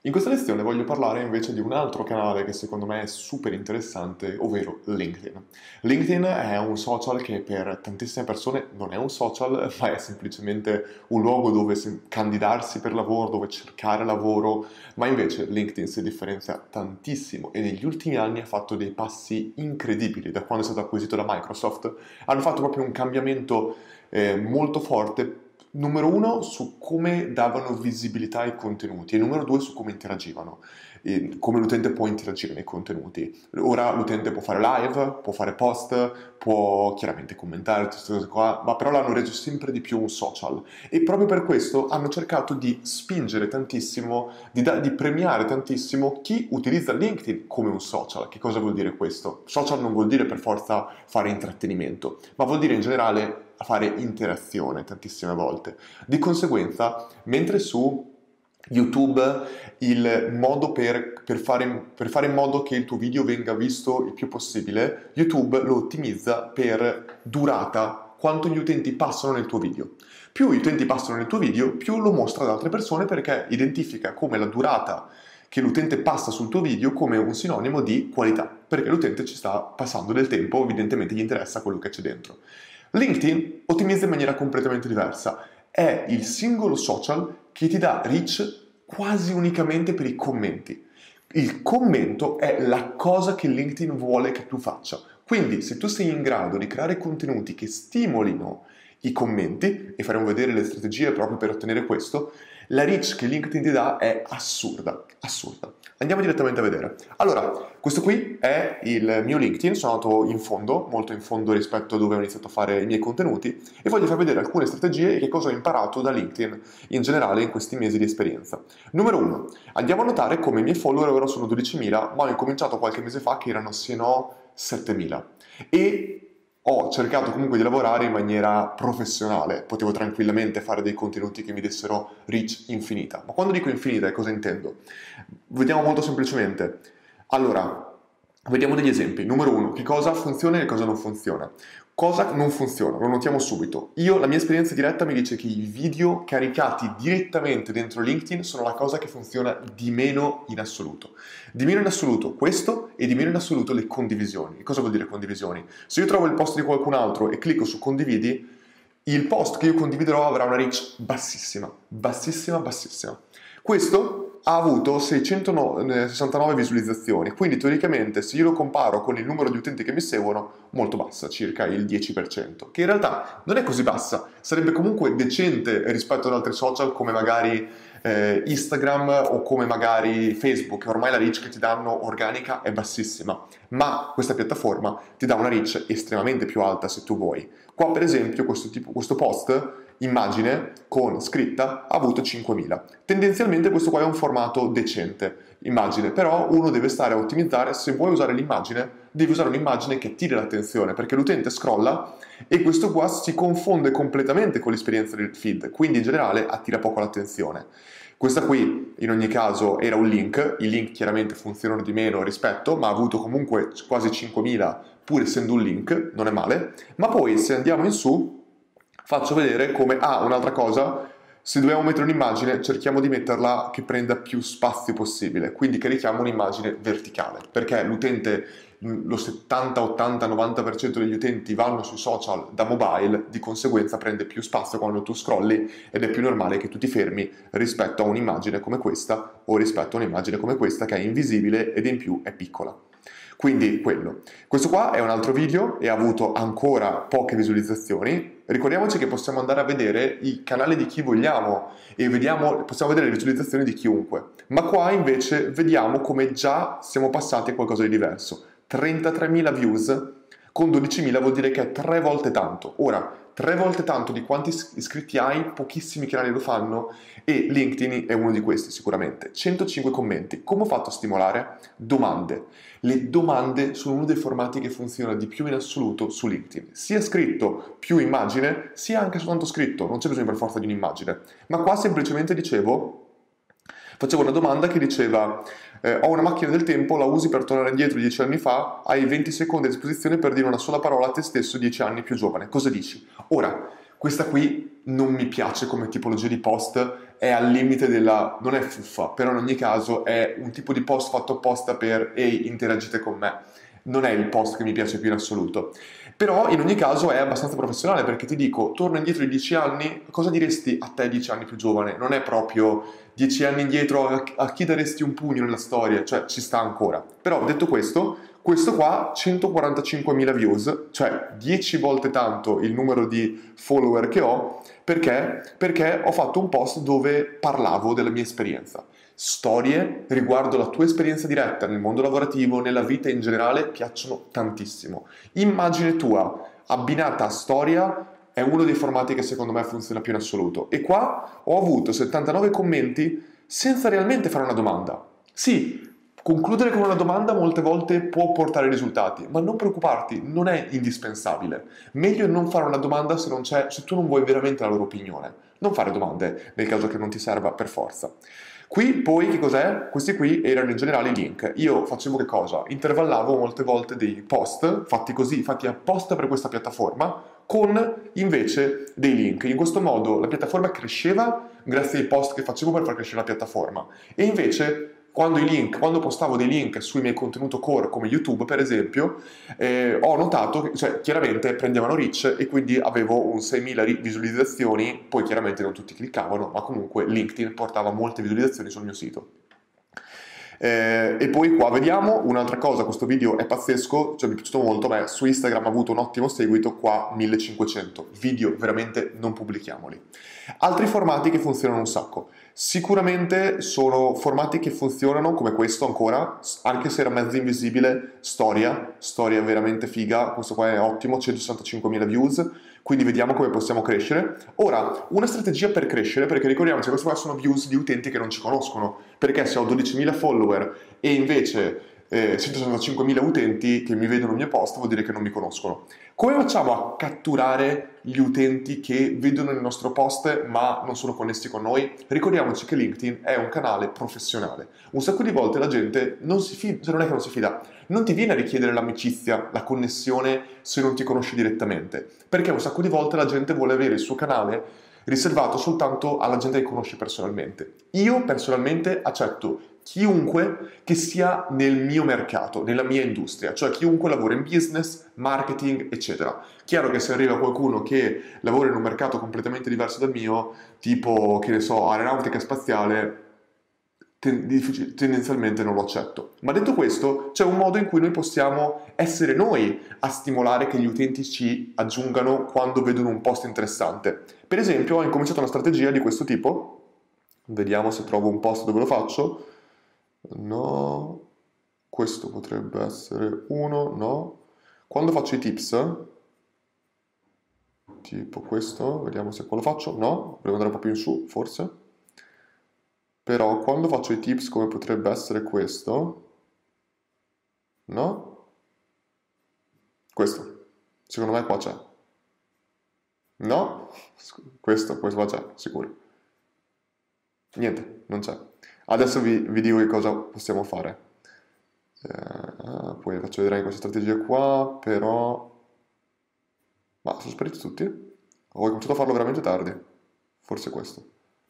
In questa lezione voglio parlare invece di un altro canale che secondo me è super interessante, ovvero LinkedIn. LinkedIn è un social che per tantissime persone non è un social, ma è semplicemente un luogo dove candidarsi per lavoro, dove cercare lavoro, ma invece LinkedIn si differenzia tantissimo e negli ultimi anni ha fatto dei passi incredibili. Da quando è stato acquisito da Microsoft, hanno fatto proprio un cambiamento molto forte. Numero uno su come davano visibilità ai contenuti e numero due su come interagivano, e come l'utente può interagire nei contenuti. Ora l'utente può fare live, può fare post, può chiaramente commentare tutte queste cose qua, ma però l'hanno reso sempre di più un social e proprio per questo hanno cercato di spingere tantissimo, di premiare tantissimo chi utilizza LinkedIn come un social. Che cosa vuol dire questo? Social non vuol dire per forza fare intrattenimento, ma vuol dire in generale fare interazione tantissime volte. Di conseguenza, mentre su YouTube il modo per fare in modo che il tuo video venga visto il più possibile, YouTube lo ottimizza per durata, quanto gli utenti passano nel tuo video. Più gli utenti passano nel tuo video, più lo mostra ad altre persone perché identifica come la durata che l'utente passa sul tuo video come un sinonimo di qualità, perché l'utente ci sta passando del tempo, evidentemente gli interessa quello che c'è dentro. LinkedIn ottimizza in maniera completamente diversa. È il singolo social che ti dà reach quasi unicamente per i commenti. Il commento è la cosa che LinkedIn vuole che tu faccia. Quindi, se tu sei in grado di creare contenuti che stimolino i commenti, e faremo vedere le strategie proprio per ottenere questo, la reach che LinkedIn ti dà è assurda, assurda. Andiamo direttamente a vedere. Allora, questo qui è il mio LinkedIn, sono andato in fondo, molto in fondo rispetto a dove ho iniziato a fare i miei contenuti, e voglio far vedere alcune strategie e che cosa ho imparato da LinkedIn in generale in questi mesi di esperienza. Numero 1, andiamo a notare come i miei follower ora sono 12.000, ma ho incominciato qualche mese fa che erano se no 7.000. E ho cercato comunque di lavorare in maniera professionale, potevo tranquillamente fare dei contenuti che mi dessero reach infinita. Ma quando dico infinita, cosa intendo? Vediamo molto semplicemente. Allora, vediamo degli esempi. Numero 1, che cosa funziona e che cosa non funziona. Cosa non funziona? Lo notiamo subito. La mia esperienza diretta mi dice che i video caricati direttamente dentro LinkedIn sono la cosa che funziona di meno in assoluto. Di meno in assoluto questo e di meno in assoluto le condivisioni. Cosa vuol dire condivisioni? Se io trovo il post di qualcun altro e clicco su condividi, il post che io condividerò avrà una reach bassissima, bassissima, bassissima. Questo ha avuto 669 visualizzazioni, quindi teoricamente se io lo comparo con il numero di utenti che mi seguono, molto bassa, circa il 10%, che in realtà non è così bassa, sarebbe comunque decente rispetto ad altri social come magari Instagram o come magari Facebook, che ormai la reach che ti danno organica è bassissima, ma questa piattaforma ti dà una reach estremamente più alta se tu vuoi. Qua per esempio questo post immagine con scritta ha avuto 5.000. Tendenzialmente questo qua è un formato decente, immagine, però uno deve stare a ottimizzare. Se vuoi usare l'immagine, devi usare un'immagine che attiri l'attenzione, perché l'utente scrolla e questo qua si confonde completamente con l'esperienza del feed, quindi in generale attira poco l'attenzione. Questa qui in ogni caso era un link, i link chiaramente funzionano di meno rispetto, ma ha avuto comunque quasi 5.000 pur essendo un link, non è male. Ma poi se andiamo in su faccio vedere come, un'altra cosa, se dobbiamo mettere un'immagine cerchiamo di metterla che prenda più spazio possibile, quindi carichiamo un'immagine verticale, perché l'utente, lo 70, 80, 90% degli utenti vanno sui social da mobile, di conseguenza prende più spazio quando tu scrolli ed è più normale che tu ti fermi rispetto a un'immagine come questa o rispetto a un'immagine come questa che è invisibile ed in più è piccola. Quindi quello. Questo qua è un altro video e ha avuto ancora poche visualizzazioni. Ricordiamoci che possiamo andare a vedere i canali di chi vogliamo e possiamo vedere le visualizzazioni di chiunque. Ma qua invece vediamo come già siamo passati a qualcosa di diverso. 33.000 views con 12.000 vuol dire che è 3 volte tanto. Ora, 3 volte tanto di quanti iscritti hai, pochissimi canali lo fanno e LinkedIn è uno di questi sicuramente. 105 commenti. Come ho fatto a stimolare? Domande. Le domande sono uno dei formati che funziona di più in assoluto su LinkedIn. Sia scritto più immagine, sia anche soltanto scritto, non c'è bisogno per forza di un'immagine. Ma qua semplicemente facevo una domanda che diceva ho una macchina del tempo, la usi per tornare indietro 10 anni fa, hai 20 secondi a disposizione per dire una sola parola a te stesso 10 anni più giovane, cosa dici? Ora, Questa qui non mi piace come tipologia di post, è al limite della... non è fuffa, però in ogni caso è un tipo di post fatto apposta per ehi, interagite con me. Non è il post che mi piace più in assoluto. Però in ogni caso è abbastanza professionale perché ti dico, torno indietro di 10 anni, cosa diresti a te 10 anni più giovane? Non è proprio 10 anni indietro a chi daresti un pugno nella storia, cioè ci sta ancora. Però detto questo qua 145.000 views, cioè 10 volte tanto il numero di follower che ho, perché? Perché ho fatto un post dove parlavo della mia esperienza. Storie riguardo la tua esperienza diretta nel mondo lavorativo, nella vita in generale, piacciono tantissimo. Immagine tua abbinata a storia è uno dei formati che secondo me funziona più in assoluto. E qua ho avuto 79 commenti senza realmente fare una domanda. Sì, concludere con una domanda molte volte può portare risultati, ma non preoccuparti, non è indispensabile. Meglio non fare una domanda se tu non vuoi veramente la loro opinione. Non fare domande nel caso che non ti serva per forza. Qui poi che cos'è? Questi qui erano in generale i link. Io facevo che cosa? Intervallavo molte volte dei post fatti così, fatti apposta per questa piattaforma, con invece dei link. In questo modo la piattaforma cresceva grazie ai post che facevo per far crescere la piattaforma. E invece quando postavo dei link sui miei contenuti core come YouTube per esempio, ho notato che cioè, chiaramente prendevano reach e quindi avevo un 6.000 visualizzazioni, poi chiaramente non tutti cliccavano, ma comunque LinkedIn portava molte visualizzazioni sul mio sito. E poi qua vediamo un'altra cosa, questo video è pazzesco, cioè mi è piaciuto molto, beh, su Instagram ha avuto un ottimo seguito, qua 1500, video veramente non pubblichiamoli. Altri formati che funzionano un sacco, sicuramente sono formati che funzionano come questo ancora, anche se era mezzo invisibile, storia veramente figa, questo qua è ottimo, 165.000 views, quindi vediamo come possiamo crescere. Ora, una strategia per crescere, perché ricordiamoci che queste qua sono views di utenti che non ci conoscono, perché se ho 12.000 follower e invece 165.000 utenti che mi vedono il mio post vuol dire che non mi conoscono. Come facciamo a catturare gli utenti che vedono il nostro post ma non sono connessi con noi? Ricordiamoci che LinkedIn è un canale professionale. Un sacco di volte la gente non si fida, cioè non è che non si fida, non ti viene a richiedere l'amicizia, la connessione se non ti conosci direttamente, perché un sacco di volte la gente vuole avere il suo canale riservato soltanto alla gente che conosce personalmente. Io personalmente accetto chiunque che sia nel mio mercato, nella mia industria, cioè chiunque lavora in business, marketing, eccetera. Chiaro che se arriva qualcuno che lavora in un mercato completamente diverso dal mio, tipo, che ne so, aeronautica spaziale, tendenzialmente non lo accetto. Ma detto questo, c'è un modo in cui noi possiamo essere noi a stimolare che gli utenti ci aggiungano quando vedono un post interessante. Per esempio, ho incominciato una strategia di questo tipo. Vediamo se trovo un post dove lo faccio. No, questo potrebbe essere uno, no. Quando faccio i tips, tipo questo, vediamo se qua lo faccio, no, devo andare un po' più in su, forse. Però quando faccio i tips come potrebbe essere questo, no? Questo, secondo me qua c'è. No? Questo qua c'è, sicuro. Niente, non c'è. Adesso vi dico che cosa possiamo fare. Poi faccio vedere queste strategie qua, però... Ma sono spariti tutti? Ho cominciato a farlo veramente tardi. Forse questo.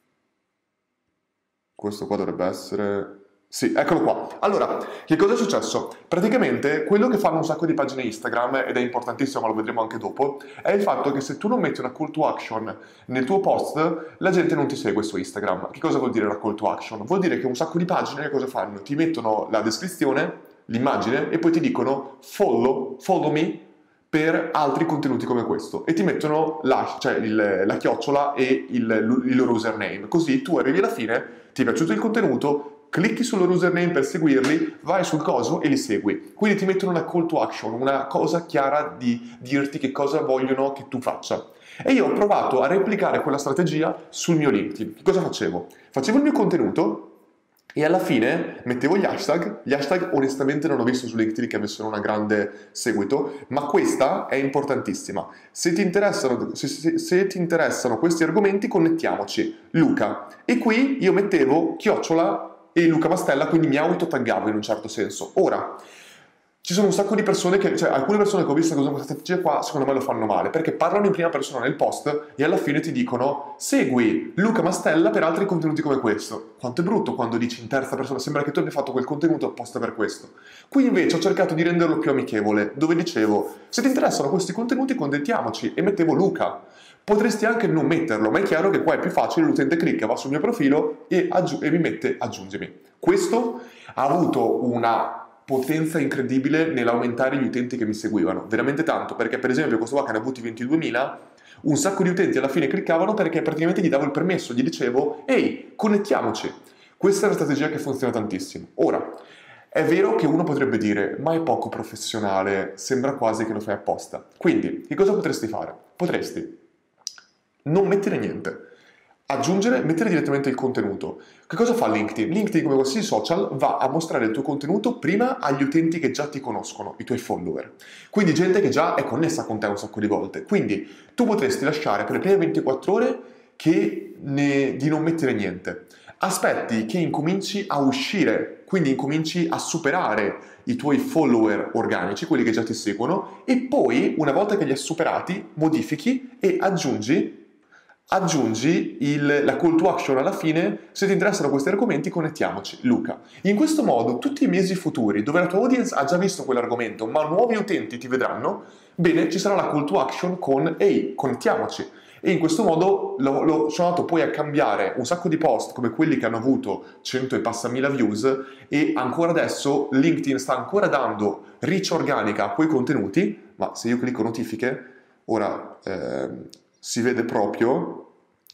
Questo qua dovrebbe essere... Sì, eccolo qua. Allora, che cosa è successo? Praticamente quello che fanno un sacco di pagine Instagram, ed è importantissimo, ma lo vedremo anche dopo, è il fatto che se tu non metti una call to action nel tuo post, la gente non ti segue su Instagram. Che cosa vuol dire la call to action? Vuol dire che un sacco di pagine che cosa fanno? Ti mettono la descrizione, l'immagine, e poi ti dicono follow me, per altri contenuti come questo e ti mettono la chiocciola e il loro username, così tu arrivi alla fine, ti è piaciuto il contenuto, clicchi sul loro username per seguirli, vai sul coso e li segui, quindi ti mettono una call to action, una cosa chiara di dirti che cosa vogliono che tu faccia. E io ho provato a replicare quella strategia sul mio LinkedIn. Che cosa facevo? Facevo il mio contenuto e alla fine mettevo gli hashtag onestamente non ho visto su LinkedIn che avessero una grande seguito, ma questa è importantissima. Se ti interessano questi argomenti, connettiamoci, Luca. E qui io mettevo chiocciola e Luca Mastella, quindi mi autotaggavo in un certo senso. Ora, ci sono un sacco di persone cioè alcune persone che ho visto che usano questa strategia qua, secondo me lo fanno male, perché parlano in prima persona nel post e alla fine ti dicono segui Luca Mastella per altri contenuti come questo. Quanto è brutto quando dici in terza persona, sembra che tu abbia fatto quel contenuto apposta per questo. Qui invece ho cercato di renderlo più amichevole, dove dicevo se ti interessano questi contenuti contattiamoci e mettevo Luca. Potresti anche non metterlo, ma è chiaro che qua è più facile, l'utente clicca, va sul mio profilo e mi mette aggiungimi. Questo ha avuto una potenza incredibile nell'aumentare gli utenti che mi seguivano, veramente tanto, perché per esempio questo qua che ne ha avuti 22.000, un sacco di utenti alla fine cliccavano perché praticamente gli davo il permesso, gli dicevo ehi, connettiamoci. Questa è una strategia che funziona tantissimo. Ora, è vero che uno potrebbe dire ma è poco professionale, sembra quasi che lo fai apposta. Quindi, che cosa potresti fare? Potresti non mettere niente, aggiungere, mettere direttamente il contenuto. Che cosa fa LinkedIn? LinkedIn, come qualsiasi social, va a mostrare il tuo contenuto prima agli utenti che già ti conoscono, i tuoi follower. Quindi gente che già è connessa con te un sacco di volte. Quindi tu potresti lasciare per le prime 24 ore di non mettere niente. Aspetti che incominci a uscire, quindi incominci a superare i tuoi follower organici, quelli che già ti seguono, e poi, una volta che li hai superati, modifichi e aggiungi la call to action alla fine. Se ti interessano questi argomenti connettiamoci, Luca. In questo modo tutti i mesi futuri dove la tua audience ha già visto quell'argomento ma nuovi utenti ti vedranno, bene, ci sarà la call to action con ehi, connettiamoci. E in questo modo sono andato poi a cambiare un sacco di post come quelli che hanno avuto 100 e passa mila views, e ancora adesso LinkedIn sta ancora dando reach organica a quei contenuti, ma se io clicco notifiche, ora si vede proprio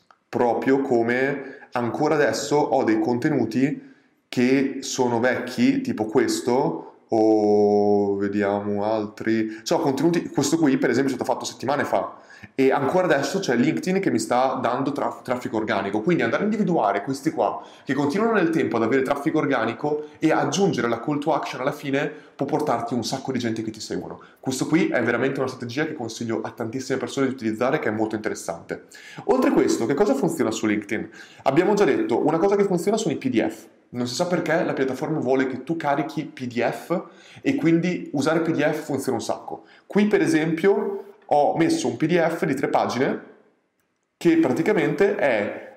come ancora adesso ho dei contenuti che sono vecchi, tipo questo, o vediamo altri, cioè contenuti, questo qui per esempio è stato fatto settimane fa, e ancora adesso c'è LinkedIn che mi sta dando traffico organico. Quindi andare a individuare questi qua che continuano nel tempo ad avere traffico organico e aggiungere la call to action alla fine può portarti un sacco di gente che ti seguono. Questo qui è veramente una strategia che consiglio a tantissime persone di utilizzare, che è molto interessante. Oltre a questo, che cosa funziona su LinkedIn? Abbiamo già detto, una cosa che funziona sono i PDF. Non si sa perché la piattaforma vuole che tu carichi PDF e quindi usare PDF funziona un sacco. Qui per esempio ho messo un PDF di 3 pagine che praticamente è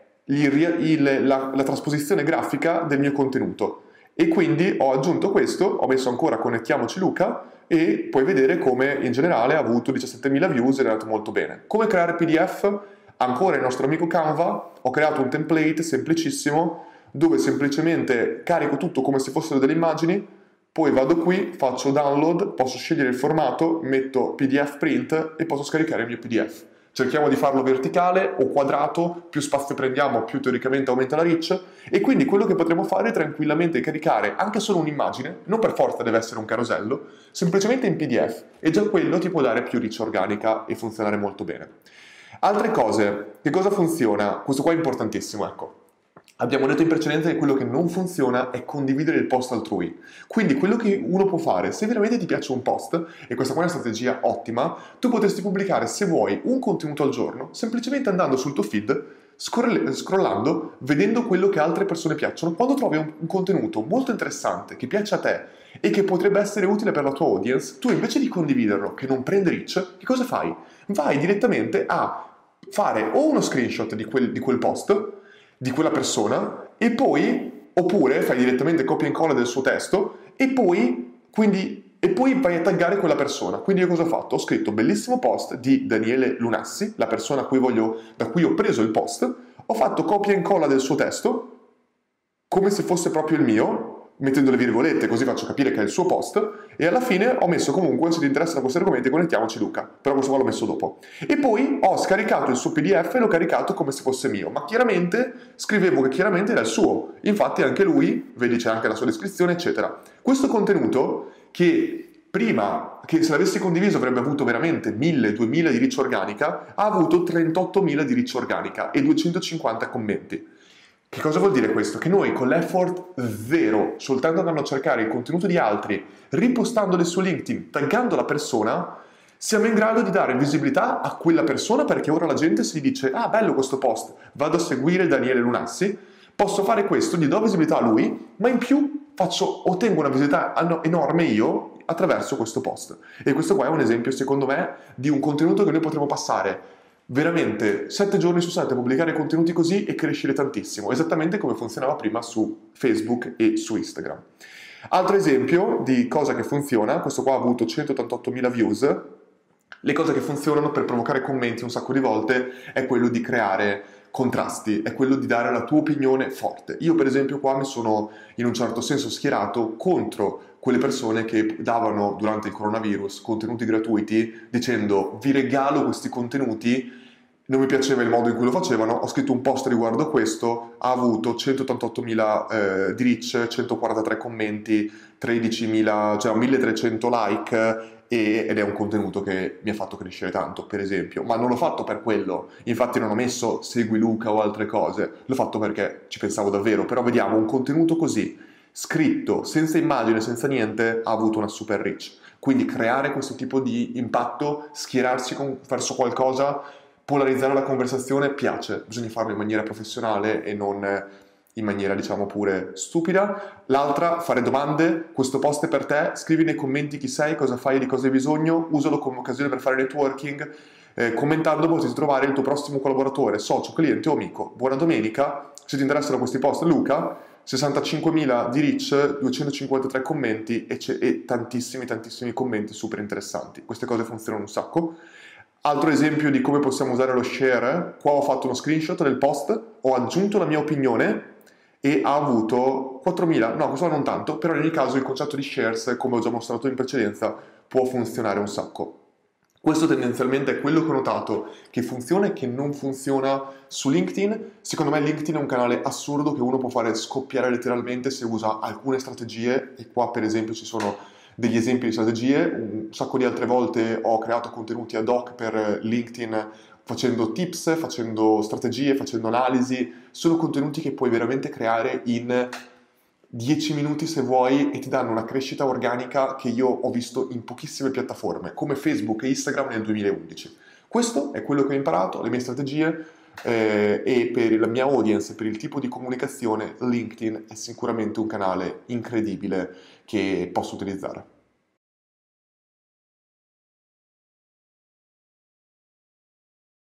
la trasposizione grafica del mio contenuto, e quindi ho aggiunto questo, ho messo ancora connettiamoci Luca e puoi vedere come in generale ha avuto 17.000 views ed è andato molto bene. Come creare PDF? Ancora il nostro amico Canva, ho creato un template semplicissimo dove semplicemente carico tutto come se fossero delle immagini. Poi vado qui, faccio download, posso scegliere il formato, metto PDF print e posso scaricare il mio PDF. Cerchiamo di farlo verticale o quadrato, più spazio prendiamo, più teoricamente aumenta la reach, e quindi quello che potremo fare è tranquillamente caricare anche solo un'immagine, non per forza deve essere un carosello, semplicemente in PDF, e già quello ti può dare più reach organica e funzionare molto bene. Altre cose, che cosa funziona? Questo qua è importantissimo, ecco. Abbiamo detto in precedenza che quello che non funziona è condividere il post altrui. Quindi quello che uno può fare, se veramente ti piace un post, e questa qua è una strategia ottima, tu potresti pubblicare, se vuoi, un contenuto al giorno, semplicemente andando sul tuo feed, scrollando, vedendo quello che altre persone piacciono. Quando trovi un contenuto molto interessante, che piace a te e che potrebbe essere utile per la tua audience, tu invece di condividerlo, che non prende reach, che cosa fai? Vai direttamente a fare o uno screenshot di quel post, di quella persona, e poi, oppure fai direttamente copia e incolla del suo testo e poi vai a taggare quella persona. Quindi io cosa ho fatto? Ho scritto bellissimo post di Daniele Lunassi, la persona da cui ho preso il post, ho fatto copia e incolla del suo testo come se fosse proprio il mio, mettendo le virgolette così faccio capire che è il suo post, e alla fine ho messo comunque, se ti interessano questi argomenti connettiamoci Luca, però questo qua l'ho messo dopo. E poi ho scaricato il suo PDF e l'ho caricato come se fosse mio, ma chiaramente scrivevo che chiaramente era il suo, infatti anche lui, vedi c'è anche la sua descrizione eccetera. Questo contenuto che prima, che se l'avessi condiviso avrebbe avuto veramente 1000-2000 di reach organica, ha avuto 38.000 di reach organica e 250 commenti. Che cosa vuol dire questo? Che noi con l'effort zero, soltanto andando a cercare il contenuto di altri, ripostandole su LinkedIn, taggando la persona, siamo in grado di dare visibilità a quella persona, perché ora la gente si dice ah bello questo post, vado a seguire Daniele Lunassi, posso fare questo, gli do visibilità a lui, ma in più ottengo una visibilità enorme io, attraverso questo post. E questo qua è un esempio, secondo me, di un contenuto che noi potremo passare veramente 7 giorni su 7 a pubblicare contenuti così e crescere tantissimo, esattamente come funzionava prima su Facebook e su Instagram. Altro esempio di cosa che funziona, questo qua ha avuto 188.000 views. Le cose che funzionano per provocare commenti un sacco di volte è quello di creare contrasti, è quello di dare la tua opinione forte. Io per esempio qua mi sono in un certo senso schierato contro quelle persone che davano durante il coronavirus contenuti gratuiti dicendo vi regalo questi contenuti, non mi piaceva il modo in cui lo facevano, ho scritto un post riguardo a questo, ha avuto 188.000 di reach, 143 commenti, 13.000, cioè 1.300 like ed è un contenuto che mi ha fatto crescere tanto, per esempio, ma non l'ho fatto per quello, infatti non ho messo segui Luca o altre cose, l'ho fatto perché ci pensavo davvero, però vediamo un contenuto così, scritto, senza immagine, senza niente, ha avuto una super reach, quindi creare questo tipo di impatto, schierarsi verso qualcosa, polarizzare la conversazione piace, bisogna farlo in maniera professionale e non in maniera diciamo pure stupida. L'altra, fare domande, questo post è per te, scrivi nei commenti chi sei, cosa fai, di cosa hai bisogno, usalo come occasione per fare networking, commentando potete trovare il tuo prossimo collaboratore, socio, cliente o amico. Buona domenica, se ti interessano questi post, Luca, 65.000 di reach, 253 commenti e tantissimi commenti super interessanti. Queste cose funzionano un sacco. Altro esempio di come possiamo usare lo share, qua ho fatto uno screenshot del post, ho aggiunto la mia opinione e ha avuto 4.000, no questo non tanto, però in ogni caso il concetto di shares, come ho già mostrato in precedenza, può funzionare un sacco. Questo tendenzialmente è quello che ho notato che funziona e che non funziona su LinkedIn. Secondo me LinkedIn è un canale assurdo che uno può fare scoppiare letteralmente se usa alcune strategie, e qua per esempio ci sono degli esempi di strategie. Un sacco di altre volte ho creato contenuti ad hoc per LinkedIn facendo tips, facendo strategie, facendo analisi. Sono contenuti che puoi veramente creare in 10 minuti se vuoi e ti danno una crescita organica che io ho visto in pochissime piattaforme, come Facebook e Instagram nel 2011. Questo è quello che ho imparato, le mie strategie, e per la mia audience, per il tipo di comunicazione, LinkedIn è sicuramente un canale incredibile che posso utilizzare.